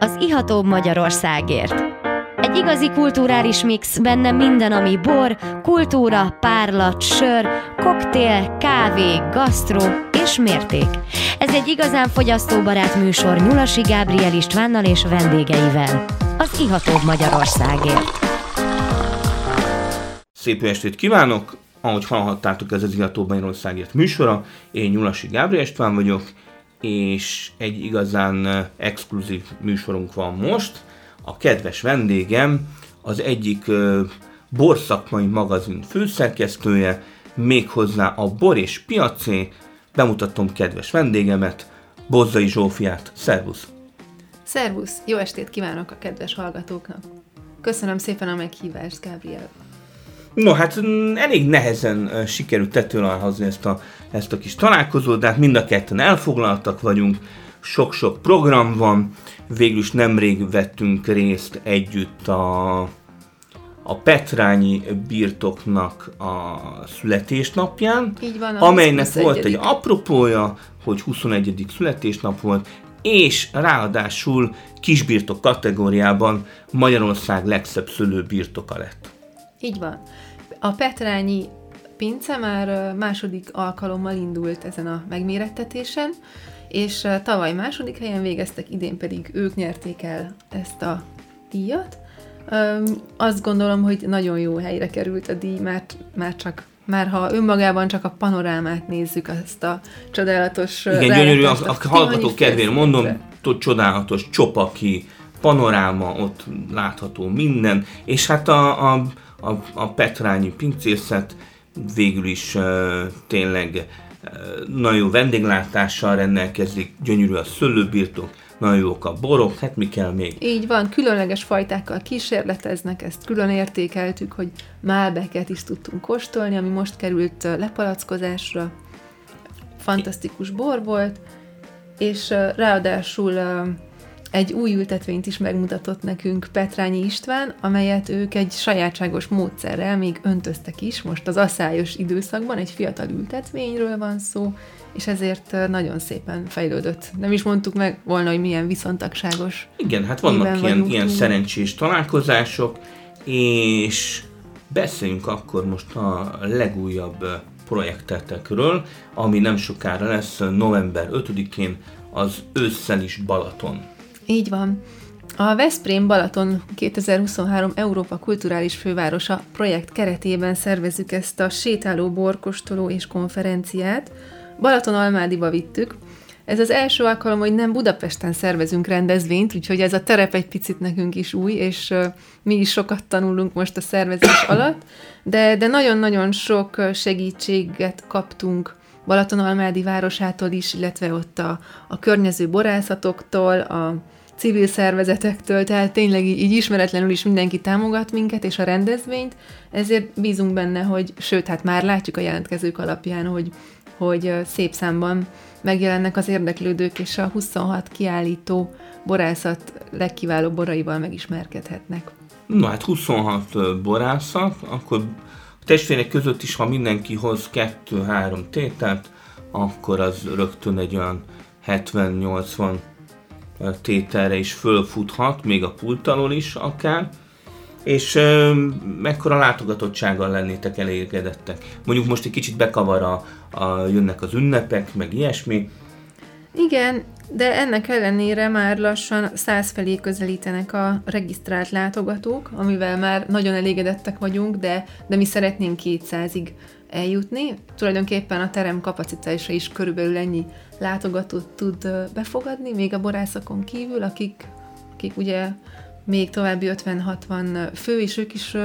az ihatóbb Magyarországért. Egy igazi kulturális mix, benne minden, ami bor, kultúra, párlat, sör, koktél, kávé, gasztró és mérték. Ez egy igazán fogyasztóbarát műsor Nyulasi Gábriel Istvánnal és vendégeivel. Az ihatóbb Magyarországért. Szép jó estét kívánok! Ahogy hallhattátok, ez az Ihatóbb Magyarországért műsora. Én Nyulasi Gábriel István vagyok, és egy igazán exkluzív műsorunk van most. A kedves vendégem az egyik borszakmai magazin főszerkesztője, méghozzá a Bor és Piacé. Bemutatom kedves vendégemet, Bozzai Zsófiát. Szervusz! Szervusz! Jó estét kívánok a kedves hallgatóknak! Köszönöm szépen a meghívást, Gábriel! No, hát elég nehezen sikerült tető alá hozni ezt a kis találkozót, de hát mind a ketten elfoglaltak vagyunk, sok-sok program van, végül is nemrég vettünk részt együtt a Petrányi birtoknak a születésnapján, Így van, amelynek volt egy apropója, hogy 21. születésnap volt, és ráadásul kisbirtok kategóriában Magyarország legszebb szőlőbirtoka lett. Így van. A Petrányi pince már második alkalommal indult ezen a megmérettetésen, és tavaly második helyen végeztek, idén pedig ők nyerték el ezt a díjat. Azt gondolom, hogy nagyon jó helyre került a díj, már ha önmagában csak a panorámát nézzük, azt a csodálatos... Igen, gyönyörű, a hallgatók kedvére mondom, csodálatos csopaki, panoráma, ott látható minden, és hát a Petrányi pincészet végül is tényleg nagyon jó vendéglátással rendelkezik, gyönyörű a szőlőbirtok, nagyon jók a borok, hát mi kell még? Így van, különleges fajtákkal kísérleteznek, ezt külön értékeltük, hogy Malbeket is tudtunk kóstolni, ami most került lepalackozásra. Fantasztikus bor volt, és ráadásul egy új ültetvényt is megmutatott nekünk Petrányi István, amelyet ők egy sajátságos módszerrel még öntöztek is, most az aszályos időszakban, egy fiatal ültetvényről van szó, és ezért nagyon szépen fejlődött. Nem is mondtuk meg volna, hogy milyen viszontagságos. Igen, hát vannak ilyen szerencsés találkozások, és beszéljünk akkor most a legújabb projektetekről, ami nem sokára lesz, november 5-én az Ősszel Balaton. Így van. A Veszprém Balaton 2023 Európa Kulturális Fővárosa projekt keretében szervezzük ezt a sétáló borkóstoló és konferenciát. Balatonalmádiba vittük. Ez az első alkalom, hogy nem Budapesten szervezünk rendezvényt, úgyhogy ez a terep egy picit nekünk is új, és mi is sokat tanulunk most a szervezés alatt, de nagyon-nagyon sok segítséget kaptunk Balatonalmádi városától is, illetve ott a környező borászatoktól, a civil szervezetektől, tehát tényleg így ismeretlenül is mindenki támogat minket és a rendezvényt, ezért bízunk benne, sőt, hát már látjuk a jelentkezők alapján, hogy szép számban megjelennek az érdeklődők, és a 26 kiállító borászat legkiválóbb boraival megismerkedhetnek. Na hát 26 borászat, akkor a testvérek között is, ha mindenki hoz 2-3 tételt, akkor az rögtön egy olyan 70-80 tételre is fölfuthat, még a pult alól is akár, és mekkora látogatottsággal lennétek elégedettek. Mondjuk most egy kicsit bekavar jönnek az ünnepek, meg ilyesmi. Igen, de ennek ellenére már lassan 100 felé közelítenek a regisztrált látogatók, amivel már nagyon elégedettek vagyunk, de mi szeretnénk 200-ig eljutni. Tulajdonképpen a terem kapacitása is körülbelül ennyi látogatót tud befogadni, még a borászakon kívül, akik ugye még további 50-60 fő, és ők is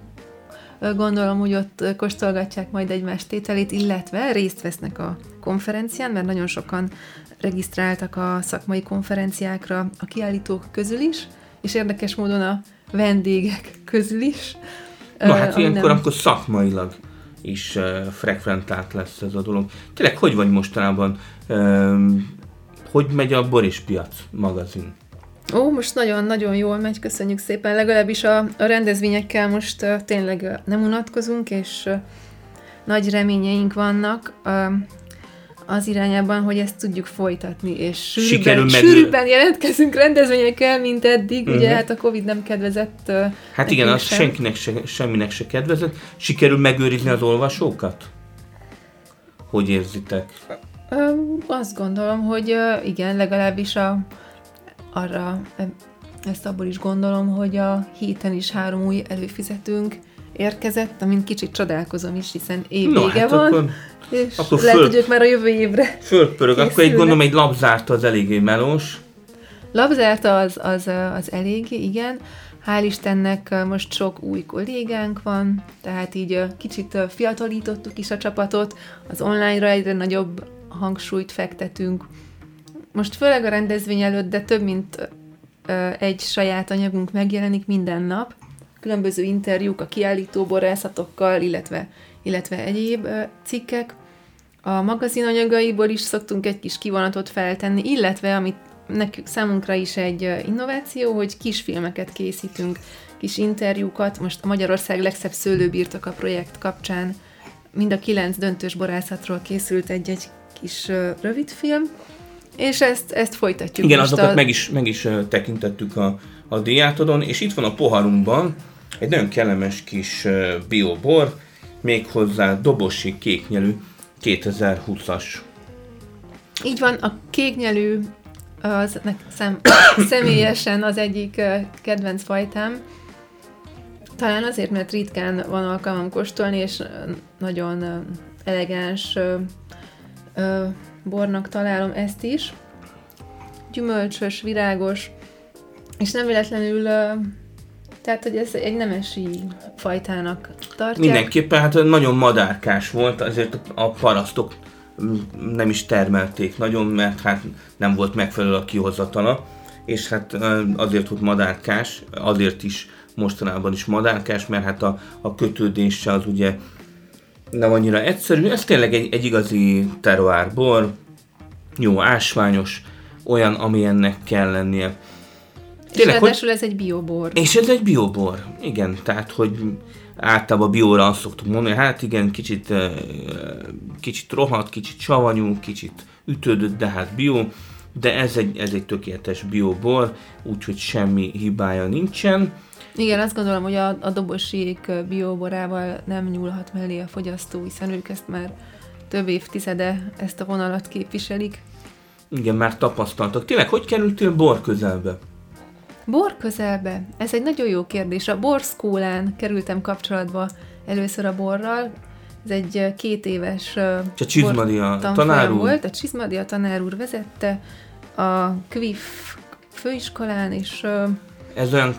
gondolom, hogy ott kóstolgatják majd egymás tételét, illetve részt vesznek a konferencián, mert nagyon sokan regisztráltak a szakmai konferenciákra a kiállítók közül is, és érdekes módon a vendégek közül is. Na hát ilyenkor akkor szakmailag is frekventált lesz ez a dolog. Tényleg, hogy vagy mostanában? Hogy megy a Bor és Piac magazin? Most nagyon-nagyon jól megy, köszönjük szépen. Legalábbis a rendezvényekkel most tényleg nem unatkozunk, és nagy reményeink vannak. az irányában, hogy ezt tudjuk folytatni, és sűrűbben jelentkezünk rendezvényekkel, mint eddig. Ugye hát a Covid nem kedvezett. Hát igen, az semminek se kedvezett. Sikerül megőrizni az olvasókat? Hogy érzitek? Azt gondolom, hogy igen, legalábbis ezt abból is gondolom, hogy a héten is 3 új előfizetőnk érkezett, amint kicsit csodálkozom is, hiszen évvége van, és akkor lehet, hogy ők már a jövő évre fölpörög, akkor egy gondolom egy lapzárta az eléggé melós. Lapzárta az eléggé, igen. Hál' Istennek most sok új kollégánk van, tehát így kicsit fiatalítottuk is a csapatot, az online-ra egyre nagyobb hangsúlyt fektetünk. Most főleg a rendezvény előtt, de több mint egy saját anyagunk megjelenik minden nap. Különböző interjúk a kiállító borászatokkal, illetve egyéb cikkek. A magazin anyagaiból is szoktunk egy kis kivonatot feltenni, illetve amit számunkra is egy innováció, hogy kisfilmeket készítünk, kis interjúkat. Most a Magyarország legszebb szőlőbirtoka projekt kapcsán mind a 9 döntős borászatról készült egy kis rövidfilm, és ezt folytatjuk. Igen, azokat meg is tekintettük a díjátadón, és itt van a poharunkban egy nagyon kellemes kis biobor, méghozzá Dobosi kéknyelű 2020-as. Így van, a kéknyelű az személyesen az egyik kedvenc fajtám. Talán azért, mert ritkán van alkalmam kóstolni, és nagyon elegáns bornak találom ezt is. Gyümölcsös, virágos, és nem véletlenül, tehát, hogy ez egy nemesi fajtának tartják. Mindenképpen, hát nagyon madárkás volt, azért a parasztok nem is termelték nagyon, mert hát nem volt megfelelő a kihozatala, és hát azért volt madárkás, azért is mostanában is madárkás, mert hát a kötődése az ugye nem annyira egyszerű. Ez tényleg egy igazi terroir bor, jó ásványos, olyan, ami ennek kell lennie. Tényleg, és ráadásul ez egy biobor. És ez egy biobor, igen, tehát hogy általában bióra azt szoktuk mondani, hát igen, kicsit rohadt, kicsit savanyú, kicsit ütődött, de hát bió, de ez egy tökéletes biobor, úgyhogy semmi hibája nincsen. Igen, azt gondolom, hogy a Dobosiék bioborával nem nyúlhat mellé a fogyasztó, hiszen ők ezt már több évtizede ezt a vonalat képviselik. Igen, már tapasztaltak. Tényleg, hogy kerültél bor közelbe? Bor közelbe? Ez egy nagyon jó kérdés. A borszkólán kerültem kapcsolatba először a borral. Ez egy 2 éves tanár úr volt. A Csizmadia tanár úr vezette a QIF főiskolán, és ez olyan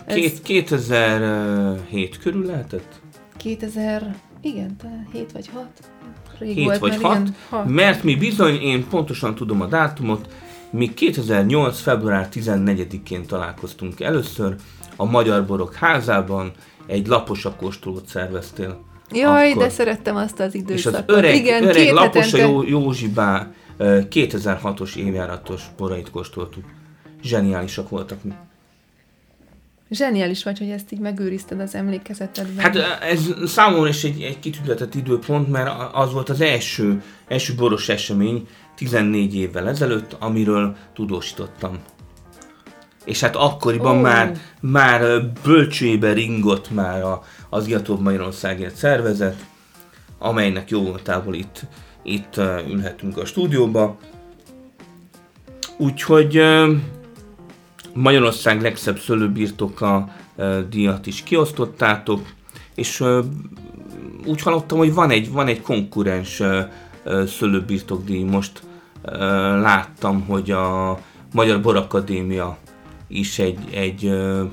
2007 körül lehetett? 2000, igen, talán 7 vagy 6. 7 vagy 6, mert mi bizony, én pontosan tudom a dátumot, mi 2008. február 14-én találkoztunk először, a Magyar Borok házában egy laposa kóstolót szerveztél. Jaj, akkor. De szerettem azt az időszakot. És az öreg laposa Józsibá 2006-os évjáratos borait kóstoltuk. Zseniálisak voltak mi. Zseniális vagy, hogy ezt így megőrizted az emlékezetedben. Hát ez számomra is egy kitüntetett időpont, mert az volt az első boros esemény 14 évvel ezelőtt, amiről tudósítottam. És hát akkoriban már bölcsőjében ringott már az Iatóbb Magyarországért szervezet, amelynek jó voltából itt ülhetünk a stúdióba. Úgyhogy Magyarország legszebb szőlőbirtoka díjat is kiosztottátok, és úgy hallottam, hogy van egy konkurens szőlőbirtokdíj. Most láttam, hogy a Magyar Borakadémia is egy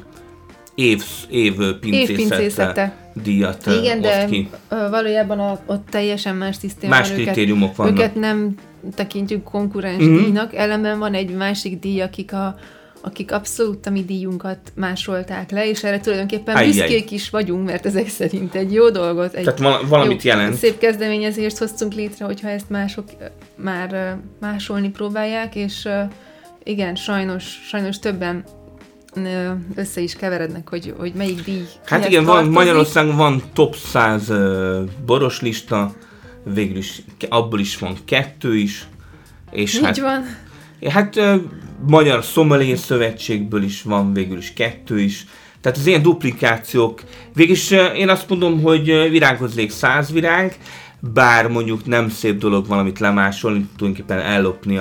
év pincészete díjat igen, oszt ki. De valójában ott teljesen más szisztéma más kritériumok vannak. Őket nem tekintjük konkurens díjnak, ellenben van egy másik díj, akik abszolút a mi díjunkat másolták le, és erre tulajdonképpen büszkék is vagyunk, mert ezek szerint egy jó dolgot, tehát valamit jelent. Szép kezdeményezést hoztunk létre, hogyha ezt mások már másolni próbálják, és igen, sajnos többen össze is keverednek, hogy melyik díj. Hát igen, Magyarországon van top 100 boros lista, végül is abból is van 2 is, És így van. Hát Magyar Szomelié Szövetségből is van végül is 2 is. Tehát az ilyen duplikációk, végülis én azt mondom, hogy virágozlék 100 virág, bár mondjuk nem szép dolog valamit lemásolni, tulajdonképpen ellopni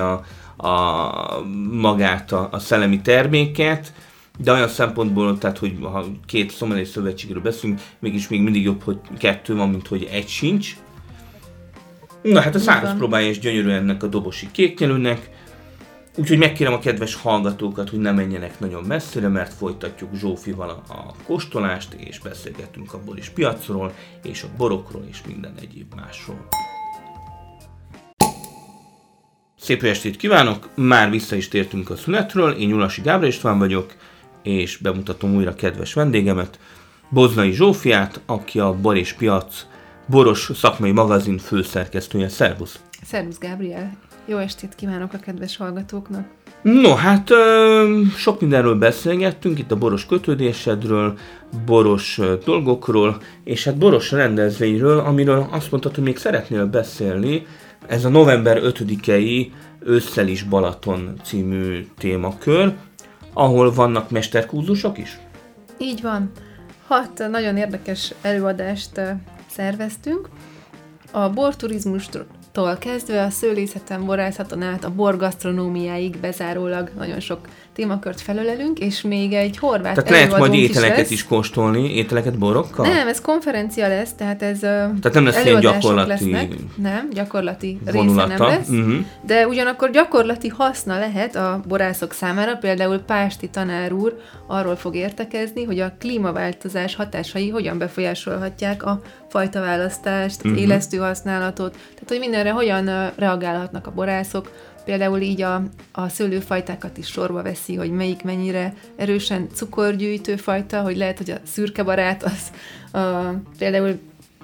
magát a szellemi terméket, de olyan szempontból, tehát hogy ha 2 szomelié szövetségről beszélünk, mégis még mindig jobb, hogy 2 van, mint hogy 1 sincs. Na hát a száraz próbája is gyönyörű ennek a dobosi kéknyelőnek, úgyhogy megkérem a kedves hallgatókat, hogy ne menjenek nagyon messzire, mert folytatjuk Zsófival a kóstolást, és beszélgetünk a bor és piacról, és a borokról, és minden egyéb másról. Szép jó estét kívánok! Már vissza is tértünk a szünetről, én Nyulasi Gábor István vagyok, és bemutatom újra kedves vendégemet, Boznai Zsófiát, aki a Bor és Piac boros szakmai magazin főszerkesztője. Szervusz! Szervusz, Gábriel! Jó estét kívánok a kedves hallgatóknak! No, hát sok mindenről beszélgettünk, itt a boros kötődésedről, boros dolgokról, és hát boros rendezvényről, amiről azt mondtad, hogy még szeretnél beszélni, ez a november 5-i Ősszel is Balaton című témakör, ahol vannak mesterkurzusok is? Így van. 6 nagyon érdekes előadást szerveztünk. A borturizmustól kezdve a szőlészeten, borászaton át a borgasztronómiáig bezárólag nagyon sok témakört felölelünk, és még egy horvát tehát lehet majd ételeket lesz. is kóstolni, ételeket borokkal? Nem, ez konferencia lesz, tehát ez tehát nem lesz ilyen gyakorlati lesznek. Nem, gyakorlati vonulata. része nem lesz, de ugyanakkor gyakorlati haszna lehet a borászok számára, például Pásti tanár úr arról fog értekezni, hogy a klímaváltozás hatásai hogyan befolyásolhatják a fajtaválasztást, az élesztő használatot, tehát hogy mindenre hogyan reagálhatnak a borászok. Például így a szőlőfajtákat is sorba veszi, hogy melyik mennyire erősen cukorgyűjtő fajta, hogy lehet, hogy a szürkebarát az például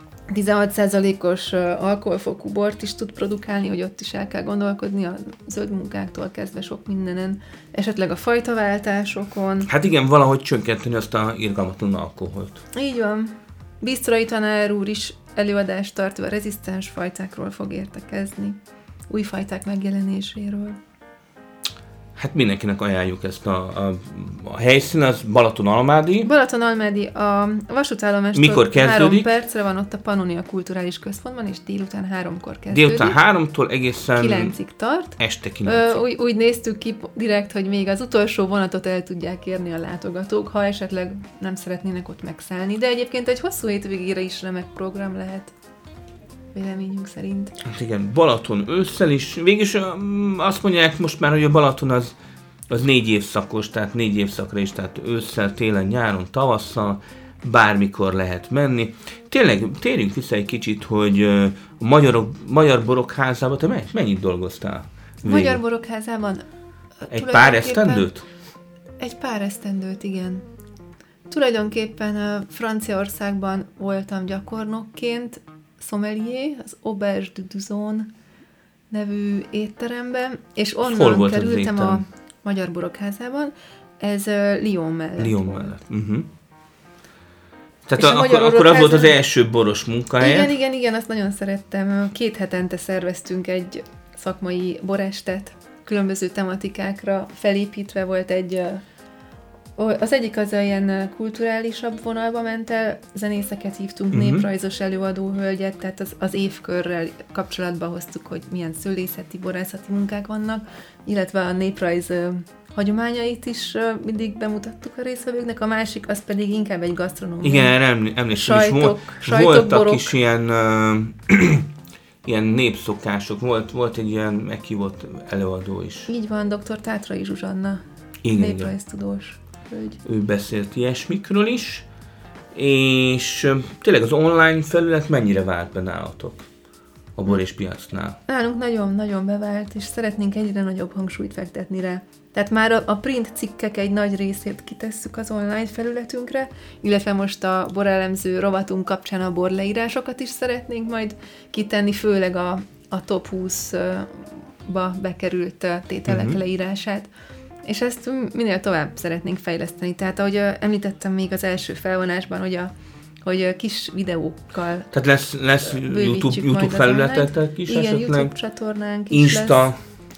16%-os alkoholfokú bort is tud produkálni, hogy ott is el kell gondolkodni a zöld munkáktól kezdve sok mindenen, esetleg a fajtaváltásokon. Hát igen, valahogy csökkenteni azt a irgalmatlan alkoholt. Így van. Bisztrai tanár úr is előadást tartva a rezisztens fajtákról fog értekezni. Új fajták megjelenéséről. Hát mindenkinek ajánljuk ezt a helyszín, az Balatonalmádi. Balatonalmádi, a vasútállomástól mikor kezdődik? 3 percre van ott a Pannonia Kulturális Központban, és délután 3-kor kezdődik. Délután 3-tól egészen 9-ig tart. Este 9-ig. Úgy néztük ki direkt, hogy még az utolsó vonatot el tudják érni a látogatók, ha esetleg nem szeretnének ott megszállni, de egyébként egy hosszú hétvégére is remek program lehet. Véleményünk szerint. Hát igen, Balaton ősszel is. Végülis azt mondják most már, hogy a Balaton az 4 évszakos, tehát 4 évszakra is, tehát ősszel, télen, nyáron, tavasszal, bármikor lehet menni. Tényleg, térjünk vissza egy kicsit, hogy a Magyar Borokházában te mennyit dolgoztál? Magyar Borokházában? Egy pár esztendőt? Egy pár esztendőt, igen. Tulajdonképpen Franciaországban voltam gyakornokként, sommelier, az Auberge du Duzon nevű étteremben, és onnan kerültem a Magyar Borokházában. Ez Lyon mellett. Lyon mellett. Tehát akkor az volt az első boros munkahely. Igen, azt nagyon szerettem. 2 hetente szerveztünk egy szakmai borestet, különböző tematikákra felépítve volt egy. Az egyik az ilyen kulturálisabb vonalba ment el, zenészeket hívtunk, néprajzos előadóhölgyet, tehát az évkörrel kapcsolatba hoztuk, hogy milyen szőlészeti, borászati munkák vannak, illetve a néprajz hagyományait is mindig bemutattuk a résztvevőknek, a másik az pedig inkább egy gasztronómia. Igen, erre emlékszem is. Voltak borok. Is ilyen népszokások, volt egy ilyen meghívott előadó is. Így van, dr. Tátrai Zsuzsanna, néprajztudós. Ő beszélt ilyesmikről is, és tényleg az online felület mennyire vált be nálatok a Bor és Piacnál? Nálunk nagyon-nagyon bevált, és szeretnénk egyre nagyobb hangsúlyt fektetni rá. Tehát már a print cikkek egy nagy részét kitesszük az online felületünkre, illetve most a borelemző rovatunk kapcsán a borleírásokat is szeretnénk majd kitenni, főleg a top 20-ba bekerült tételek leírását. És ezt minél tovább szeretnénk fejleszteni. Tehát ahogy említettem még az első felvonásban, hogy kis videókkal tehát lesz YouTube felületetek is igen, esetleg? YouTube csatornánk is Insta. lesz.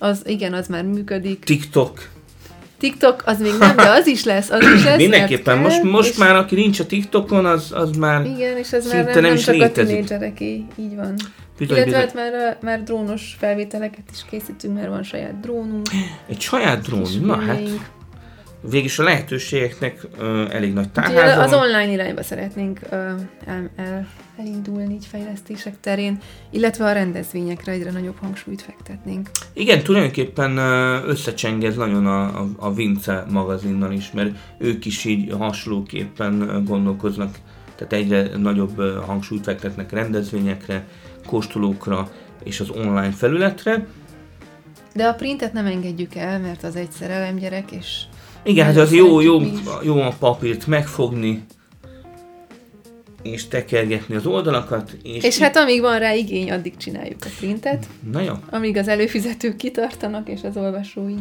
Az már működik. TikTok, az még nem, de az is lesz. Mindenképpen, most már aki nincs a TikTokon, az már igen, és ez szinte már nem is csak létezik. a tinédzsereké, így van. Bizony. Hát már drónos felvételeket is készítünk, mert van saját drónunk. Egy saját drón, na hát végülis a lehetőségeknek elég nagy tárháza az online irányba szeretnénk elindulni így fejlesztések terén, illetve a rendezvényekre egyre nagyobb hangsúlyt fektetnénk. Igen, tulajdonképpen összecsengez nagyon a Vince magazinnal is, mert ők is így hasonlóképpen gondolkoznak, tehát egyre nagyobb hangsúlyt fektetnek rendezvényekre, kóstolókra és az online felületre. De a printet nem engedjük el, mert az egy szerelemgyerek, és igen, hát az jó a papírt megfogni, és tekergetni az oldalakat. És hát amíg van rá igény, addig csináljuk a printet. Na jó. Amíg az előfizetők kitartanak, és az olvasói.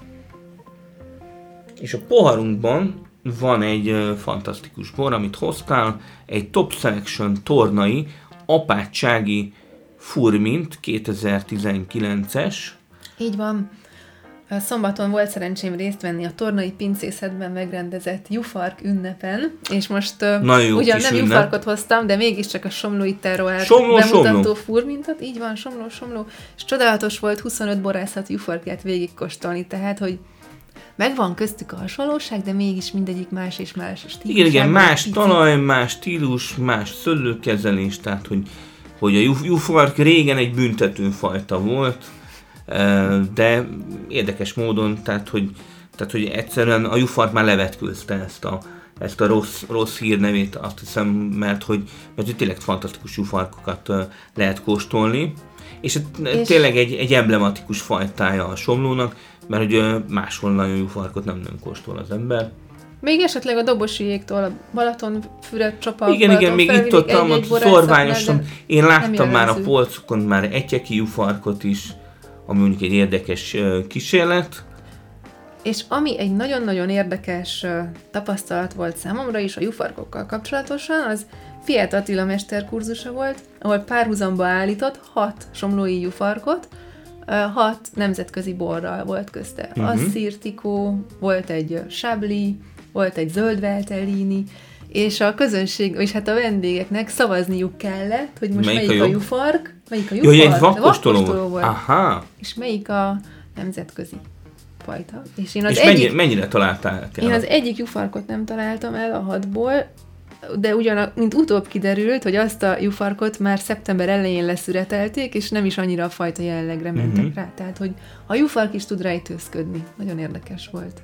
És a poharunkban van egy fantasztikus bor, amit hoztál, egy Top Selection tornai apátsági furmint 2019-es. Így van. Szombaton volt szerencsém részt venni a tornai pincészetben megrendezett Jufark ünnepen, és most ugyan nem Jufarkot hoztam, de mégiscsak a Somlói Terroir bemutató furmintot, így van, Somló, és csodálatos volt 25 borászat Jufarkját végigkóstolni, tehát, hogy megvan köztük a hasonlóság, de mégis mindegyik más és más stílus. Igen, más talaj, más stílus, más szőlőkezelés, tehát, hogy a Jufark régen egy büntetőfajta volt, de érdekes módon, tehát hogy egyszerűen a Jufark már levetkőzte ezt a rossz hírnevét, azt hiszem, mert tényleg fantasztikus jufarkokat lehet kóstolni, és tényleg egy emblematikus fajtája a Somlónak, mert hogy máshol nagyon jufarkot nem kóstol az ember. Még esetleg a Dobosiéktól, a Balatonfüred csapa. Igen, még itt ott szorványosan. Én láttam már a polcokon már etyeki jufarkot is, ami mondjuk egy érdekes kísérlet. És ami egy nagyon-nagyon érdekes tapasztalat volt számomra is a jufarkokkal kapcsolatosan, az Fiat Attila mesterkurzusa volt, ahol párhuzamba állított 6 somlói jufarkot, 6 nemzetközi borral volt közte. Asszirtikó, volt egy Chablis, volt egy zöld Veltellini, és a közönség, és hát a vendégeknek szavazniuk kellett, hogy most melyik a jufark, Jó, egy vakkóstoló volt. Aha. És melyik a nemzetközi fajta. És mennyire találtál el? Én az egyik jufarkot nem találtam el a 6-ból, de mint utóbb kiderült, hogy azt a jufarkot már szeptember elején leszüretelték, és nem is annyira a fajta jellegre mentek rá. Tehát, hogy a jufark is tud rejtőzködni. Nagyon érdekes volt.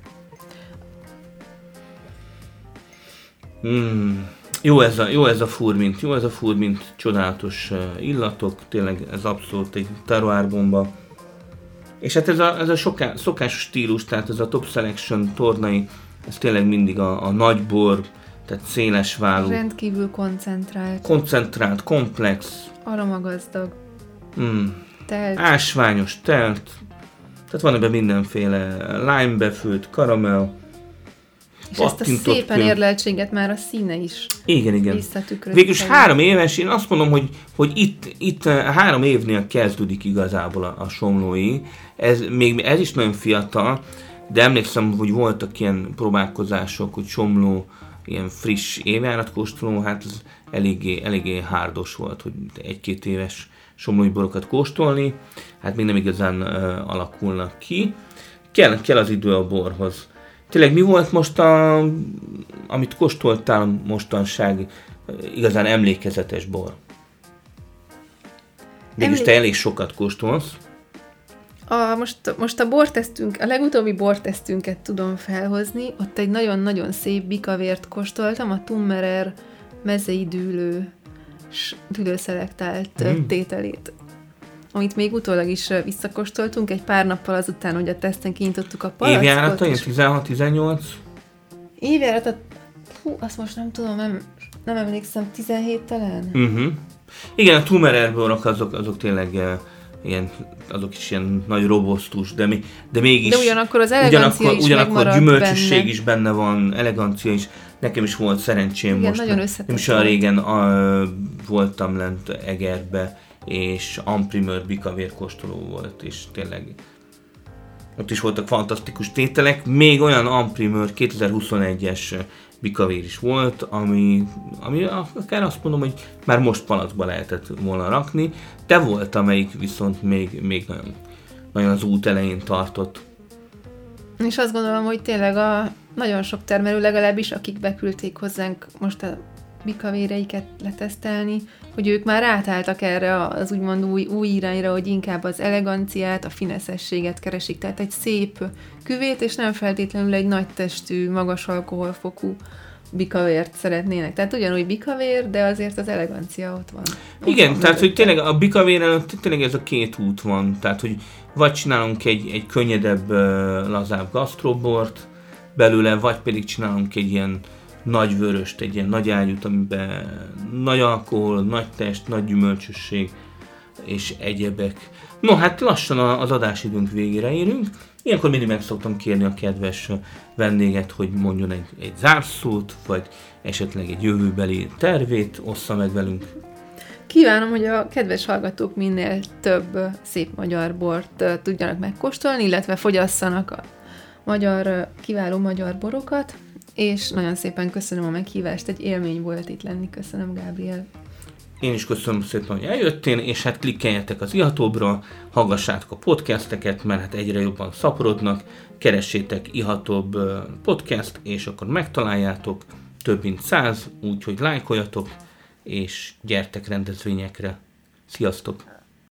Jó ez a furmint, csodálatos illatok, tényleg ez abszolút egy terroirbomba. És hát ez a szokásos stílus, tehát ez a Top Selection tornai, ez tényleg mindig a nagybor, tehát széles vállú. Rendkívül koncentrált, komplex. Aromagazdag. Telt. Ásványos, telt. Tehát van ebben mindenféle lime befőtt, karamell. És ezt a szépen érleltséget már a színe is visszatükrözi. Végülis 3 éves, én azt mondom, hogy itt 3 évnél kezdődik igazából a somlói. Ez is nagyon fiatal, de emlékszem, hogy voltak ilyen próbálkozások, hogy Somló ilyen friss évjáratkóstoló, hát ez eléggé hárdos volt, hogy 1-2 éves somlói borokat kóstolni, hát még nem igazán alakulnak ki. Kell az idő a borhoz. Tényleg mi volt most amit kóstoltál mostanság igazán emlékezetes bor? Mégis te elég sokat kóstolsz. Most a bortesztünk, a legutóbbi bortesztünket tudom felhozni, ott egy nagyon-nagyon szép bikavért kóstoltam, a Tummerer mezei dűlőszelektált tételét, amit még utólag is visszakóstoltunk, egy pár nappal azután, hogy a teszten kinyitottuk a palackot. Évjárata, ilyen 16-18? Évjárata, azt most nem tudom, nem emlékszem, 17 talán? Igen, a Tummerer borok azok tényleg azok is ilyen nagy robosztus, de mégis... De ugyanakkor az elegancia is ugyanakkor gyümölcsösség is benne van, elegancia is. Nekem is volt szerencsém. Igen, most. Nagyon összetett. Nem is olyan régen voltam lent Egerbe, és Amprimőr bikavérkóstoló volt, és tényleg ott is voltak fantasztikus tételek, még olyan Amprimőr 2021-es bikavér is volt, ami akár azt mondom, hogy már most palacba lehetett volna rakni, de volt, amelyik viszont még nagyon az út elején tartott. És azt gondolom, hogy tényleg nagyon sok termelő, legalábbis akik beküldték hozzánk most a bikavéreiket letesztelni, hogy ők már átálltak erre az úgymond új irányra, hogy inkább az eleganciát, a fineszességet keresik, tehát egy szép küvét, és nem feltétlenül egy nagy testű, magas alkoholfokú bikavért szeretnének. Tehát ugyanúgy bikavér, de azért az elegancia ott van. Igen, tehát hogy tényleg a bikavér előtt tényleg ez a két út van, tehát hogy vagy csinálunk egy könnyedebb, lazább gasztrobort belőle, vagy pedig csinálunk egy ilyen nagy vöröst, egy ilyen nagy ágyút, amiben nagy alkohol, nagy test, nagy gyümölcsösség és egyebek. No, hát lassan az adásidőnk végére érünk. Ilyenkor mindig meg szoktam kérni a kedves vendéget, hogy mondjon egy zárszót, vagy esetleg egy jövőbeli tervét ossza meg velünk. Kívánom, hogy a kedves hallgatók minél több szép magyar bort tudjanak megkóstolni, illetve fogyasszanak a kiváló magyar borokat, és nagyon szépen köszönöm a meghívást, egy élmény volt itt lenni. Köszönöm, Gábriel. Én is köszönöm szépen, hogy eljöttél, és hát klikkeljetek az Ihatóbbra, hallgassátok a podcasteket, mert hát egyre jobban szaporodnak, keressétek Ihatóbb podcast, és akkor megtaláljátok, több mint 100, úgyhogy lájkoljatok, és gyertek rendezvényekre. Sziasztok!